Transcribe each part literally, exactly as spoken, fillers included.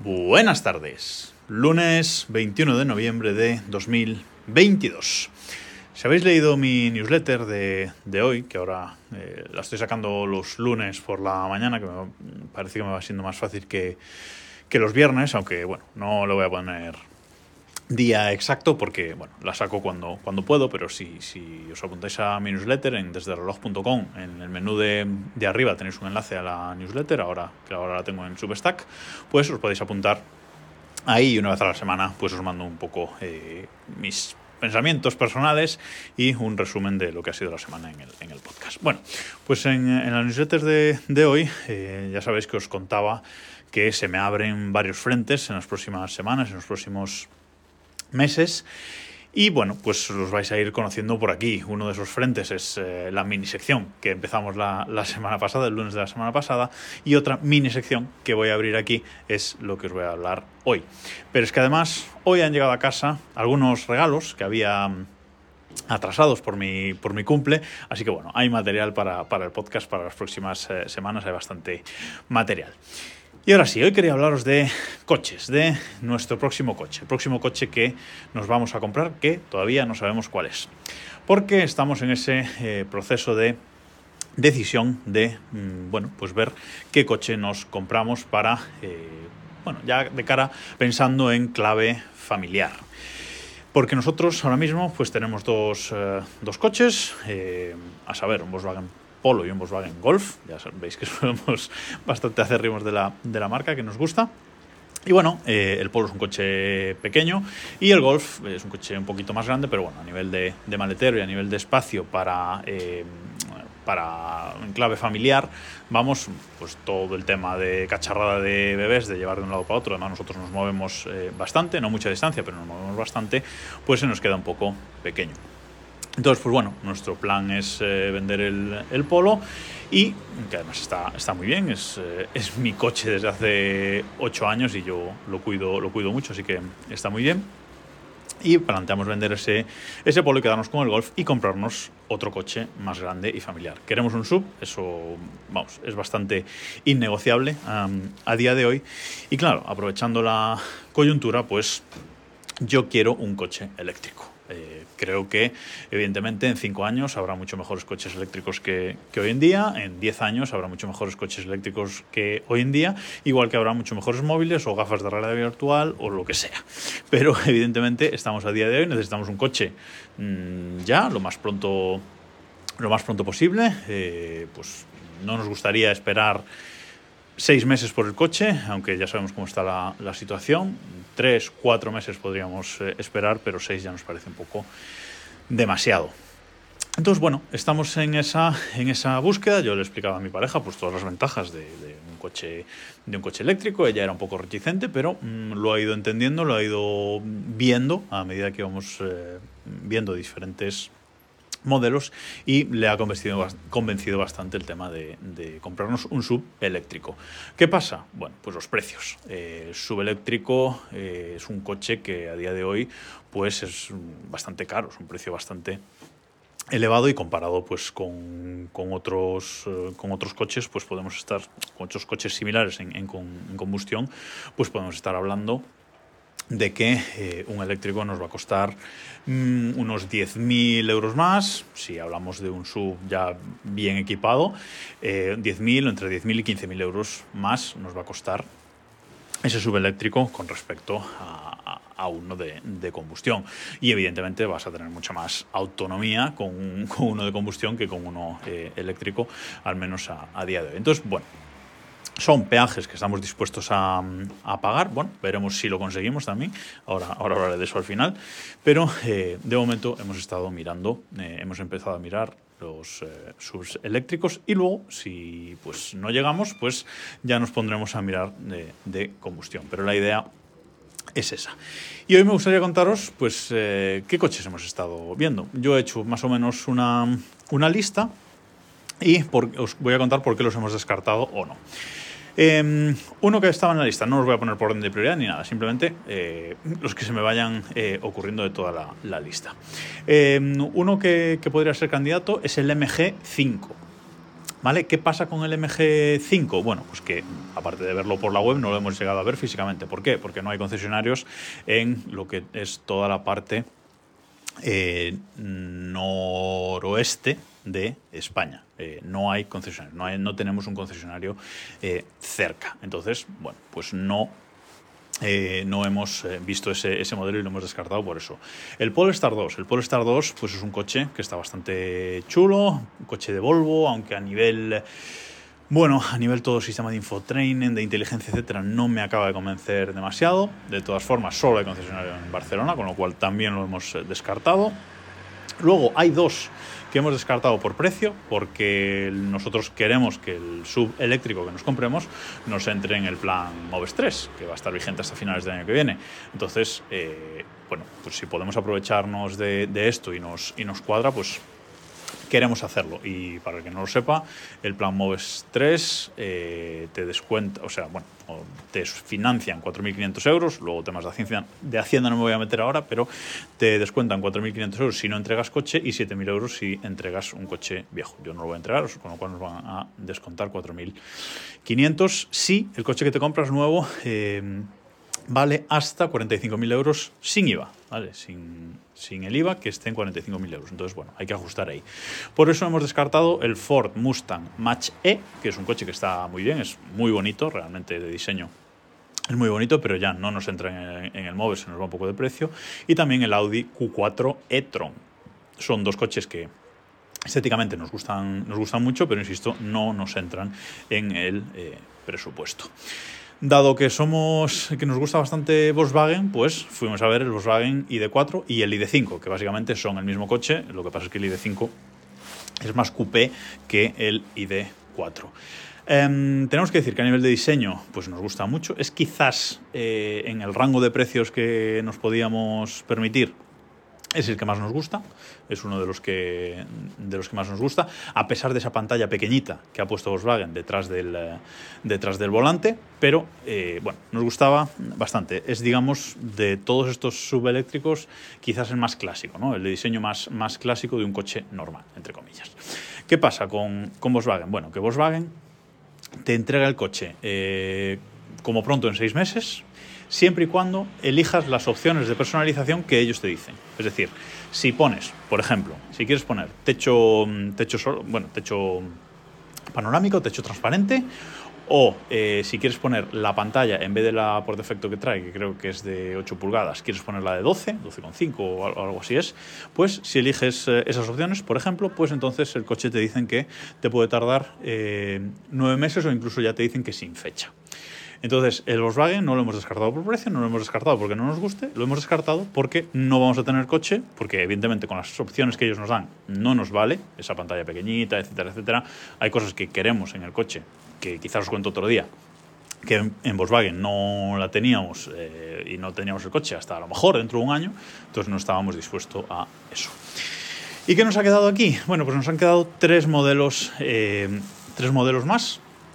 Buenas tardes, lunes veintiuno de noviembre de dos mil veintidós. Si habéis leído mi newsletter de, de hoy, que ahora eh, la estoy sacando los lunes por la mañana, que me parece que me va siendo más fácil que, que los viernes, aunque bueno, no lo voy a poner día exacto porque bueno, la saco cuando, cuando puedo, pero si, si os apuntáis a mi newsletter en desde reloj punto com, en el menú de, de arriba tenéis un enlace a la newsletter, ahora que ahora la tengo en Substack, pues os podéis apuntar ahí y una vez a la semana pues os mando un poco eh, mis pensamientos personales y un resumen de lo que ha sido la semana en el, en el podcast. Bueno, pues en, en la newsletter de, de hoy eh, ya sabéis que os contaba que se me abren varios frentes en las próximas semanas, en los próximos meses, y bueno, pues los vais a ir conociendo por aquí. Uno de esos frentes es eh, la mini sección que empezamos la, la semana pasada, el lunes de la semana pasada, y otra mini sección que voy a abrir aquí es lo que os voy a hablar hoy. Pero es que además hoy han llegado a casa algunos regalos que había atrasados por mi, por mi cumple, así que bueno, hay material para, para el podcast para las próximas eh, semanas, hay bastante material. Y ahora sí, hoy quería hablaros de coches, de nuestro próximo coche, el próximo coche que nos vamos a comprar, que todavía no sabemos cuál es, porque estamos en ese eh, proceso de decisión de, mmm, bueno, pues ver qué coche nos compramos para, eh, bueno, ya de cara pensando en clave familiar. Porque nosotros ahora mismo pues tenemos dos, eh, dos coches, eh, a saber, un Volkswagen Polo y un Volkswagen Golf. Ya veis que somos bastante acérrimos de la, de la marca, que nos gusta. Y bueno, eh, el Polo es un coche pequeño y el Golf es un coche un poquito más grande, pero bueno, a nivel de, de maletero y a nivel de espacio para, eh, para en clave familiar, vamos, pues todo el tema de cacharrada de bebés, de llevar de un lado para otro, además nosotros nos movemos eh, bastante, no mucha distancia, pero nos movemos bastante, pues se nos queda un poco pequeño. Entonces, pues bueno, nuestro plan es eh, vender el, el Polo y que además está, está muy bien, es, eh, es mi coche desde hace ocho años y yo lo cuido, lo cuido mucho, así que está muy bien. Y planteamos vender ese, ese Polo y quedarnos con el Golf y comprarnos otro coche más grande y familiar. Queremos un sub, eso vamos, es bastante innegociable um, a día de hoy. Y claro, aprovechando la coyuntura, pues yo quiero un coche eléctrico. Eh, creo que, evidentemente, en cinco años habrá mucho mejores coches eléctricos que, que hoy en día, en diez años habrá mucho mejores coches eléctricos que hoy en día, igual que habrá mucho mejores móviles o gafas de realidad virtual o lo que sea. Pero, evidentemente, estamos a día de hoy, necesitamos un coche mmm, ya, lo más pronto, lo más pronto posible. Eh, pues no nos gustaría esperar seis meses por el coche, aunque ya sabemos cómo está la, la situación. Tres, cuatro meses podríamos eh, esperar, pero seis ya nos parece un poco demasiado. Entonces, bueno, estamos en esa, en esa búsqueda. Yo le explicaba a mi pareja pues todas las ventajas de, de, un, coche, de un coche eléctrico. Ella era un poco reticente, pero mmm, lo ha ido entendiendo, lo ha ido viendo a medida que vamos eh, viendo diferentes modelos y le ha convencido, convencido bastante el tema de, de comprarnos un sub eléctrico. ¿Qué pasa? Bueno, pues los precios. Eh, el sub eléctrico eh, es un coche que a día de hoy pues es bastante caro, es un precio bastante elevado y comparado pues con, con otros eh, con otros coches pues podemos estar con otros coches similares en, en, en combustión pues podemos estar hablando de que eh, un eléctrico nos va a costar mmm, unos diez mil euros más, si hablamos de un sub ya bien equipado, eh, diez mil, entre diez mil y quince mil euros más nos va a costar ese sub eléctrico con respecto a, a, a uno de, de combustión. Y evidentemente vas a tener mucha más autonomía con, con uno de combustión que con uno eh, eléctrico, al menos a, a día de hoy. Entonces, bueno, son peajes que estamos dispuestos a, a pagar. Bueno, veremos si lo conseguimos también. Ahora, ahora hablaré de eso al final. Pero eh, de momento hemos estado mirando, eh, hemos empezado a mirar los eh, subs eléctricos y luego, si pues no llegamos, pues ya nos pondremos a mirar de, de combustión. Pero la idea es esa. Y hoy me gustaría contaros pues eh, qué coches hemos estado viendo. Yo he hecho más o menos una, una lista y por, os voy a contar por qué los hemos descartado o no. Eh, uno que estaba en la lista, no os voy a poner por orden de prioridad ni nada, simplemente eh, los que se me vayan eh, ocurriendo de toda la, la lista. Eh, uno que, que podría ser candidato es el M G cinco. ¿Vale? ¿Qué pasa con el M G cinco? Bueno, pues que aparte de verlo por la web no lo hemos llegado a ver físicamente. ¿Por qué? Porque no hay concesionarios en lo que es toda la parte eh, noroeste de España. Eh, no hay concesionarios, no, hay, no tenemos un concesionario eh, cerca. Entonces, bueno, pues no... Eh, no hemos eh, visto ese, ese modelo y lo hemos descartado por eso. El Polestar dos. El Polestar dos pues es un coche que está bastante chulo, un coche de Volvo, aunque a nivel... Bueno, a nivel todo sistema de infotraining, de inteligencia, etcétera, no me acaba de convencer demasiado. De todas formas, solo hay concesionario en Barcelona, con lo cual también lo hemos eh, descartado. Luego hay dos que hemos descartado por precio, porque nosotros queremos que el sub eléctrico que nos compremos nos entre en el plan Moves tres, que va a estar vigente hasta finales del año que viene. Entonces, eh, bueno, pues si podemos aprovecharnos de, de esto y nos, y nos cuadra, pues queremos hacerlo. Y para el que no lo sepa, el plan Moves tres eh, te descuenta, o sea, bueno, te financian cuatro mil quinientos euros, luego temas de Hacienda, de Hacienda no me voy a meter ahora, pero te descuentan cuatro mil quinientos euros si no entregas coche y siete mil euros si entregas un coche viejo. Yo no lo voy a entregar, con lo cual nos van a descontar cuatro mil quinientos si el coche que te compras nuevo eh, vale hasta cuarenta y cinco mil euros sin I V A, ¿vale? Sin, sin el I V A, que esté en cuarenta y cinco mil euros. Entonces, bueno, hay que ajustar ahí. Por eso hemos descartado el Ford Mustang Mach-E, que es un coche que está muy bien, es muy bonito, realmente de diseño es muy bonito, pero ya no nos entra en, en el Moves, se nos va un poco de precio. Y también el Audi Q cuatro e-tron. Son dos coches que estéticamente nos gustan, nos gustan mucho, pero insisto, no nos entran en el eh, presupuesto. Dado que somos que nos gusta bastante Volkswagen, pues fuimos a ver el Volkswagen I D cuatro y el I D cinco, que básicamente son el mismo coche. Lo que pasa es que el I D cinco es más coupé que el I D cuatro. Eh, tenemos que decir que a nivel de diseño pues nos gusta mucho. Es quizás eh, en el rango de precios que nos podíamos permitir, es el que más nos gusta, es uno de los que de los que más nos gusta, a pesar de esa pantalla pequeñita que ha puesto Volkswagen detrás del, eh, detrás del volante, pero eh, bueno, nos gustaba bastante. Es, digamos, de todos estos subeléctricos, quizás el más clásico, ¿no? El de diseño más, más clásico de un coche normal, entre comillas. ¿Qué pasa con, con Volkswagen? Bueno, que Volkswagen te entrega el coche eh, como pronto en seis meses, siempre y cuando elijas las opciones de personalización que ellos te dicen. Es decir, si pones, por ejemplo, si quieres poner techo, techo, bueno, techo panorámico, techo transparente, o eh, si quieres poner la pantalla, en vez de la por defecto que trae, que creo que es de ocho pulgadas, quieres ponerla de doce, doce coma cinco o algo así es, pues si eliges eh, esas opciones, por ejemplo, pues entonces el coche te dicen que te puede tardar eh, nueve meses o incluso ya te dicen que sin fecha. Entonces, el Volkswagen no lo hemos descartado por precio, no lo hemos descartado porque no nos guste, lo hemos descartado porque no vamos a tener coche, porque evidentemente con las opciones que ellos nos dan no nos vale, esa pantalla pequeñita, etcétera, etcétera. Hay cosas que queremos en el coche, que quizás os cuento otro día, que en, en Volkswagen no la teníamos eh, y no teníamos el coche hasta a lo mejor dentro de un año, entonces no estábamos dispuestos a eso. ¿Y qué nos ha quedado aquí? Bueno, pues nos han quedado tres modelos, eh, tres modelos más.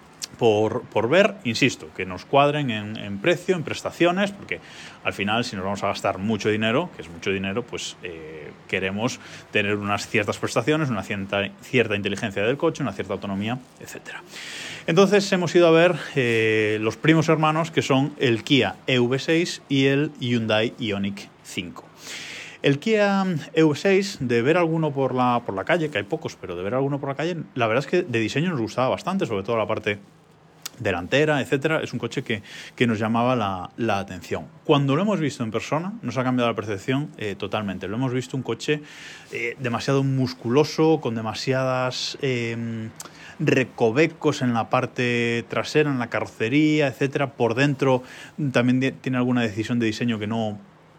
Por, por ver, insisto, que nos cuadren en, en precio, en prestaciones, porque al final si nos vamos a gastar mucho dinero, que es mucho dinero, pues eh, queremos tener unas ciertas prestaciones, una cierta, cierta inteligencia del coche, una cierta autonomía, etcétera. Entonces hemos ido a ver eh, los primos hermanos, que son el Kia E V seis y el Hyundai Ioniq cinco. El Kia E V seis, de ver alguno por la, por la calle, que hay pocos, pero de ver alguno por la calle, la verdad es que de diseño nos gustaba bastante, sobre todo la parte delantera, etcétera. Es un coche que, que nos llamaba la, la atención. Cuando lo hemos visto en persona, nos ha cambiado la percepción eh, totalmente. Lo hemos visto un coche eh, demasiado musculoso, con demasiadas eh, recovecos en la parte trasera, en la carrocería, etcétera. Por dentro también tiene alguna decisión de diseño que no,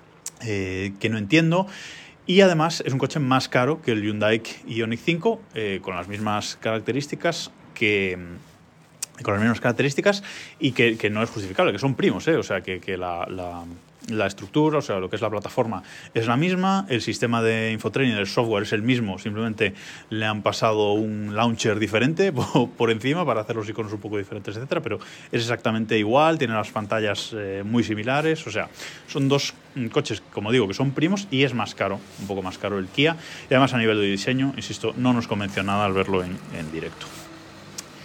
eh, que no entiendo. Y además es un coche más caro que el Hyundai Ioniq cinco, eh, con las mismas características que... con las mismas características y que, que no es justificable, que son primos, ¿eh? O sea, que, que la, la, la estructura, o sea, lo que es la plataforma es la misma, el sistema de infotraining, el software es el mismo, simplemente le han pasado un launcher diferente por, por encima para hacer los iconos un poco diferentes, etcétera, pero es exactamente igual, tiene las pantallas eh, muy similares, o sea, son dos coches, como digo, que son primos y es más caro, un poco más caro el Kia, y además a nivel de diseño, insisto, no nos convenció nada al verlo en, en directo.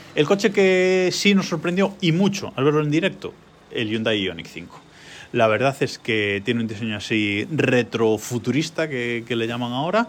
El coche que sí nos sorprendió y mucho al verlo en directo, el Hyundai Ioniq cinco. La verdad es que tiene un diseño así retrofuturista que, que le llaman ahora.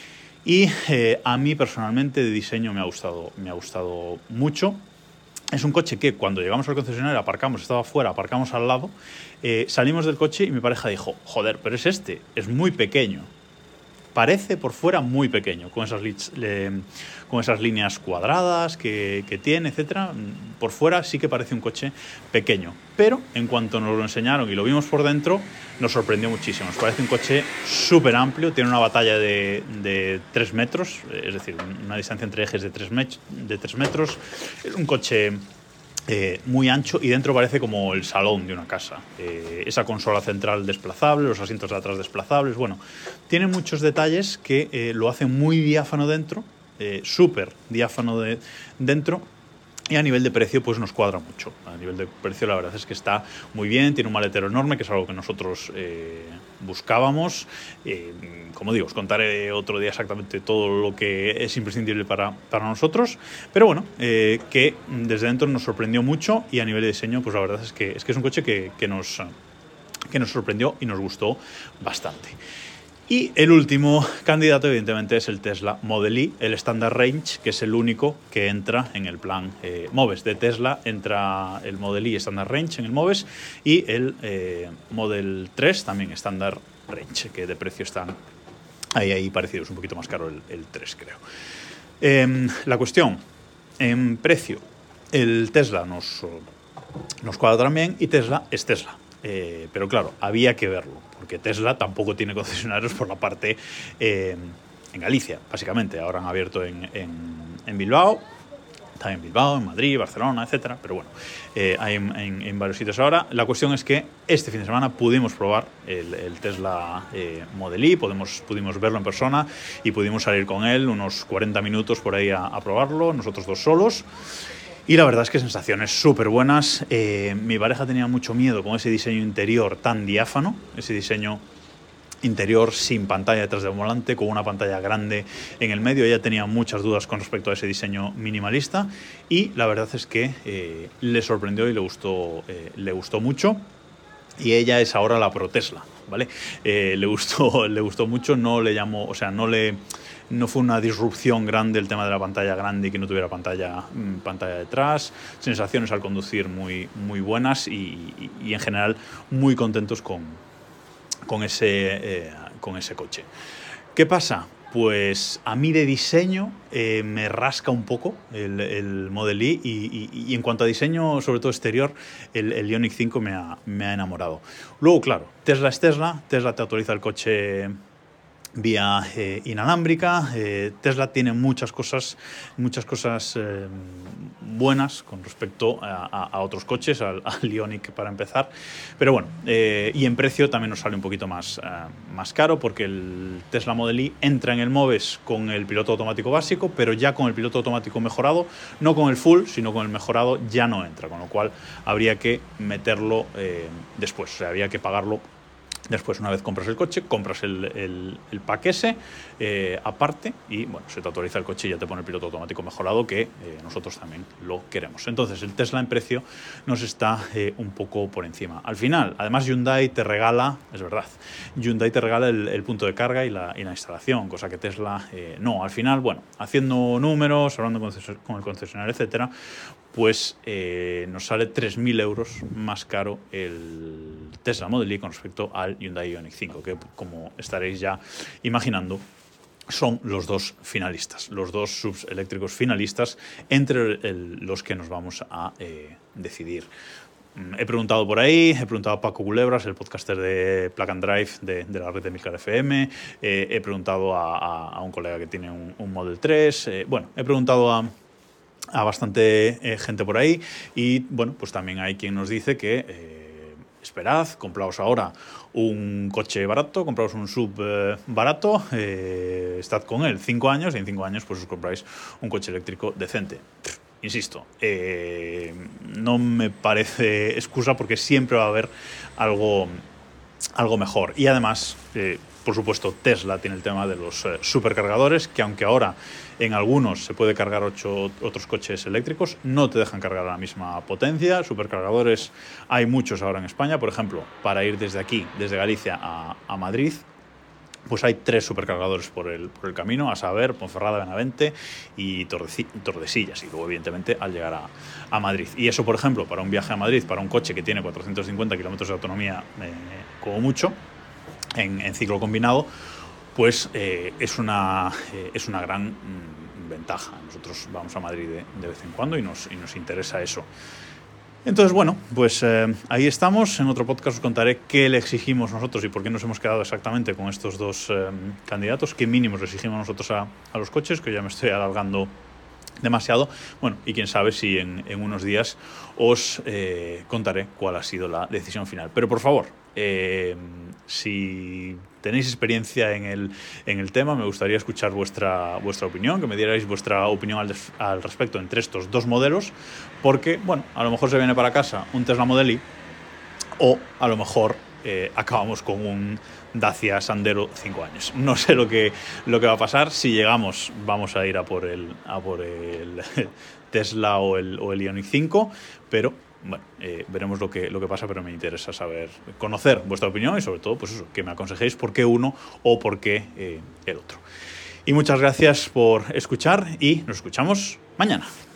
Y eh, a mí personalmente de diseño me ha gustado, me ha gustado mucho. Es un coche que cuando llegamos al concesionario aparcamos, estaba afuera, aparcamos al lado, eh, salimos del coche y mi pareja dijo, joder, pero es este, es muy pequeño. Parece por fuera muy pequeño, con esas, le, con esas líneas cuadradas que, que tiene, etcétera. Por fuera sí que parece un coche pequeño, pero en cuanto nos lo enseñaron y lo vimos por dentro, nos sorprendió muchísimo. Nos parece un coche súper amplio, tiene una batalla de, de tres metros, es decir, una distancia entre ejes de tres, met- de tres metros. Es un coche Eh, muy ancho y dentro parece como el salón de una casa. Eh, esa consola central desplazable, los asientos de atrás desplazables, bueno, tiene muchos detalles que eh, lo hacen muy diáfano dentro, eh, súper diáfano de, dentro. Y a nivel de precio pues nos cuadra mucho. A nivel de precio la verdad es que está muy bien, tiene un maletero enorme, que es algo que nosotros eh, buscábamos. Eh, como digo, os contaré otro día exactamente todo lo que es imprescindible para, para nosotros. Pero bueno, eh, que desde dentro nos sorprendió mucho y a nivel de diseño pues la verdad es que es, que es un coche que, que, nos, que nos sorprendió y nos gustó bastante. Y el último candidato, evidentemente, es el Tesla Model Y, el Standard Range, que es el único que entra en el plan eh, Moves. De Tesla entra el Model Y Standard Range en el Moves y el eh, Model tres también Standard Range, que de precio están ahí, ahí parecidos, un poquito más caro el, el tres, creo. Eh, la cuestión, en precio, el Tesla nos, nos cuadra también y Tesla es Tesla. Eh, pero claro, había que verlo, porque Tesla tampoco tiene concesionarios por la parte eh, en Galicia, básicamente. Ahora han abierto en, en, en Bilbao, también en Bilbao, en Madrid, Barcelona, etcétera. Pero bueno, eh, hay en, en, en varios sitios ahora. La cuestión es que este fin de semana pudimos probar el, el Tesla eh, Model Y, pudimos, pudimos verlo en persona y pudimos salir con él unos cuarenta minutos por ahí a, a probarlo, nosotros dos solos. Y la verdad es que sensaciones súper buenas. Eh, mi pareja tenía mucho miedo con ese diseño interior tan diáfano, ese diseño interior sin pantalla detrás del volante, con una pantalla grande en el medio. Ella tenía muchas dudas con respecto a ese diseño minimalista y la verdad es que eh, le sorprendió y le gustó, eh, le gustó mucho. Y ella es ahora la pro Tesla, ¿vale? Eh, le gustó, le gustó mucho, no le llamó, o sea, no le... No fue una disrupción grande el tema de la pantalla grande y que no tuviera pantalla, pantalla detrás. Sensaciones al conducir muy, muy buenas y, y, y en general muy contentos con, con, ese, eh, con ese coche. ¿Qué pasa? Pues a mí de diseño eh, me rasca un poco el, el Model Y y, y, y en cuanto a diseño, sobre todo exterior, el, el Ioniq cinco me ha, me ha enamorado. Luego, claro, Tesla es Tesla, Tesla te actualiza el coche vía eh, inalámbrica. eh, Tesla tiene muchas cosas muchas cosas eh, buenas con respecto a, a, a otros coches, al, al Ioniq para empezar, pero bueno, eh, y en precio también nos sale un poquito más, eh, más caro, porque el Tesla Model Y entra en el Moves con el piloto automático básico, pero ya con el piloto automático mejorado, no con el full, sino con el mejorado, ya no entra, con lo cual habría que meterlo eh, después, o sea, habría que pagarlo después. Una vez compras el coche, compras el, el, el pack ese eh, aparte y bueno, se te actualiza el coche y ya te pone el piloto automático mejorado, que eh, nosotros también lo queremos. Entonces el Tesla en precio nos está eh, un poco por encima. Al final, además Hyundai te regala, es verdad, Hyundai te regala el, el punto de carga y la, y la instalación, cosa que Tesla eh, no. Al final, bueno, haciendo números, hablando con el concesionario, etcétera, pues eh, nos sale tres mil euros más caro el Tesla Model Y con respecto al Hyundai Ioniq cinco, que como estaréis ya imaginando, son los dos finalistas, los dos subs eléctricos finalistas entre el, los que nos vamos a eh, decidir. He preguntado por ahí, he preguntado a Paco Culebras, el podcaster de Plug and Drive de, de la red de Milcar F M, eh, he preguntado a, a, a un colega que tiene un, un Model tres, eh, bueno, he preguntado a a bastante eh, gente por ahí y bueno, pues también hay quien nos dice que eh, esperad, compraos ahora un coche barato, compraos un sub eh, barato, eh, estad con él cinco años y en cinco años pues os compráis un coche eléctrico decente. Pff, insisto, eh, no me parece excusa, porque siempre va a haber algo, algo mejor y además... Eh, Por supuesto, Tesla tiene el tema de los eh, supercargadores, que aunque ahora en algunos se puede cargar ocho otros coches eléctricos, no te dejan cargar a la misma potencia. Supercargadores hay muchos ahora en España, por ejemplo, para ir desde aquí, desde Galicia a, a Madrid, pues hay tres supercargadores por el, por el camino, a saber, Ponferrada, Benavente y Tordesillas, y luego evidentemente al llegar a, a Madrid. Y eso, por ejemplo, para un viaje a Madrid, para un coche que tiene cuatrocientos cincuenta kilómetros de autonomía eh, como mucho, en, en ciclo combinado, pues eh, es, una, eh, es una gran mm, ventaja. Nosotros vamos a Madrid de, de vez en cuando y nos, y nos interesa eso. Entonces, bueno, pues eh, ahí estamos. En otro podcast os contaré qué le exigimos nosotros y por qué nos hemos quedado exactamente con estos dos eh, candidatos, qué mínimos le exigimos nosotros a, a los coches, que ya me estoy alargando demasiado. Bueno, y quién sabe si en, en unos días os eh, contaré cuál ha sido la decisión final. Pero por favor, eh, si tenéis experiencia en el, en el tema, me gustaría escuchar vuestra, vuestra opinión, que me dierais vuestra opinión al, des, al respecto entre estos dos modelos, porque, bueno, a lo mejor se viene para casa un Tesla Model Y o a lo mejor eh, acabamos con un Dacia Sandero cinco años. No sé lo que, lo que va a pasar. Si llegamos, vamos a ir a por el, a por el Tesla o el, o el Ioniq cinco, pero bueno, eh, veremos lo que, lo que pasa, pero me interesa saber, conocer vuestra opinión y sobre todo, pues eso, que me aconsejéis por qué uno o por qué eh, el otro. Y muchas gracias por escuchar y nos escuchamos mañana.